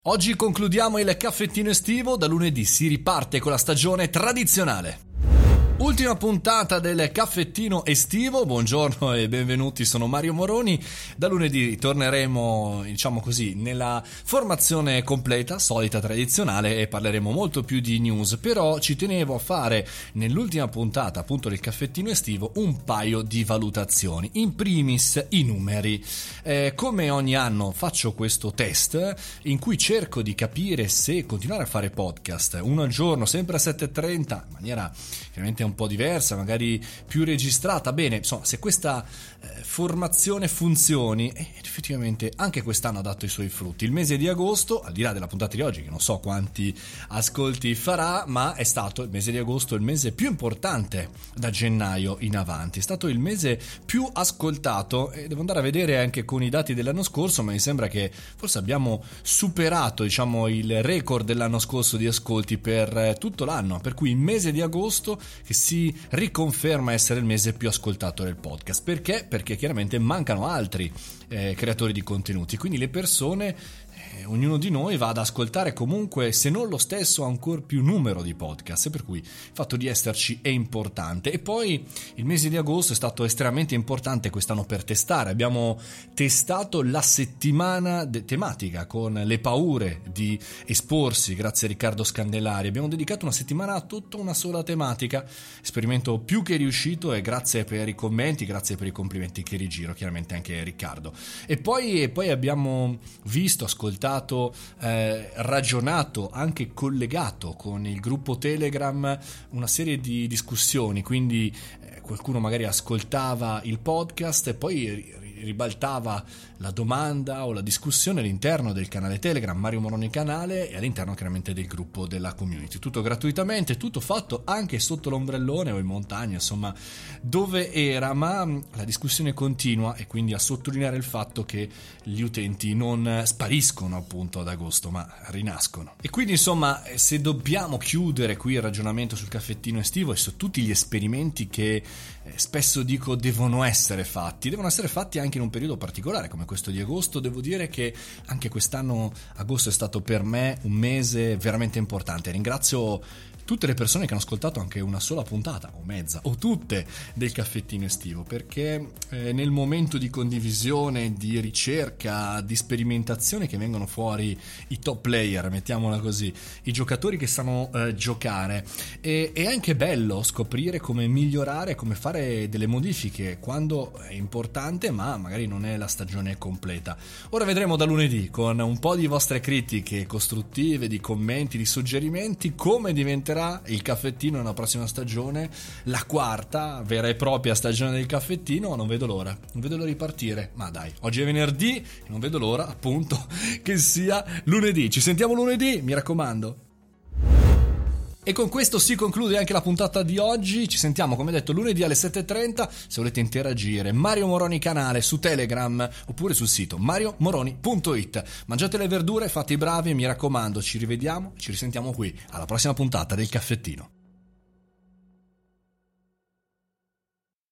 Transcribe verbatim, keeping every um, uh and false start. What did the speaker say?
Oggi concludiamo il caffettino estivo, da lunedì si riparte con la stagione tradizionale. Ultima puntata del caffettino estivo, buongiorno e benvenuti, sono Mario Moroni. Da lunedì torneremo, diciamo così, nella formazione completa, solita, tradizionale, e parleremo molto più di news, però ci tenevo a fare nell'ultima puntata appunto del caffettino estivo un paio di valutazioni. In primis i numeri. Eh, come ogni anno faccio questo test in cui cerco di capire se continuare a fare podcast uno al giorno, sempre a sette e trenta, in maniera chiaramente un po' diversa, magari più registrata. Bene, insomma, se questa eh, formazione funzioni, e effettivamente anche quest'anno ha dato i suoi frutti. Il mese di agosto, al di là della puntata di oggi che non so quanti ascolti farà, ma è stato il mese di agosto il mese più importante da gennaio in avanti, è stato il mese più ascoltato, e devo andare a vedere anche con i dati dell'anno scorso, ma mi sembra che forse abbiamo superato, diciamo, il record dell'anno scorso di ascolti per tutto l'anno, per cui il mese di agosto che si riconferma essere il mese più ascoltato del podcast. Perché? Perché chiaramente mancano altri eh, creatori di contenuti, quindi le persone, eh, ognuno di noi va ad ascoltare comunque, se non lo stesso, ancora più numero di podcast, per cui il fatto di esserci è importante. E poi il mese di agosto è stato estremamente importante quest'anno per testare. Abbiamo testato la settimana de- tematica con le paure di esporsi, grazie a Riccardo Scandellari. Abbiamo dedicato una settimana a tutta una sola tematica, esperimento più che riuscito, e grazie per i commenti, grazie per i complimenti che rigiro, chiaramente anche Riccardo. E poi, e poi abbiamo visto, ascoltato, eh, ragionato, anche collegato con il gruppo Telegram una serie di discussioni, quindi eh, qualcuno magari ascoltava il podcast e poi ribaltava la domanda o la discussione all'interno del canale Telegram Mario Moroni Canale, e all'interno chiaramente del gruppo della community, tutto gratuitamente, tutto fatto anche sotto l'ombrellone o in montagna, insomma dove era, ma la discussione continua, e quindi a sottolineare il fatto che gli utenti non spariscono appunto ad agosto, ma rinascono. E quindi insomma, se dobbiamo chiudere qui il ragionamento sul caffettino estivo e su tutti gli esperimenti che eh, spesso dico devono essere fatti, devono essere fatti anche in un periodo particolare come questo di agosto, devo dire che anche quest'anno agosto è stato per me un mese veramente importante. Ringrazio tutte le persone che hanno ascoltato anche una sola puntata o mezza o tutte del caffettino estivo, perché eh, nel momento di condivisione, di ricerca, di sperimentazione che vengono fuori i top player, mettiamola così, i giocatori che sanno eh, giocare, e è anche bello scoprire come migliorare, come fare delle modifiche quando è importante, ma magari non è la stagione completa. Ora vedremo da lunedì, con un po' di vostre critiche costruttive, di commenti, di suggerimenti, come diventerà il caffettino nella prossima stagione, la quarta vera e propria stagione del caffettino. Non vedo l'ora, non vedo l'ora di partire, ma dai, oggi è venerdì e non vedo l'ora appunto che sia lunedì. Ci sentiamo lunedì, mi raccomando. E con questo si conclude anche la puntata di oggi. Ci sentiamo, come detto, lunedì alle sette e trenta. Se volete interagire, Mario Moroni Canale su Telegram oppure sul sito mario moroni punto it. Mangiate le verdure, fate i bravi, mi raccomando. Ci rivediamo, ci risentiamo qui alla prossima puntata del caffettino.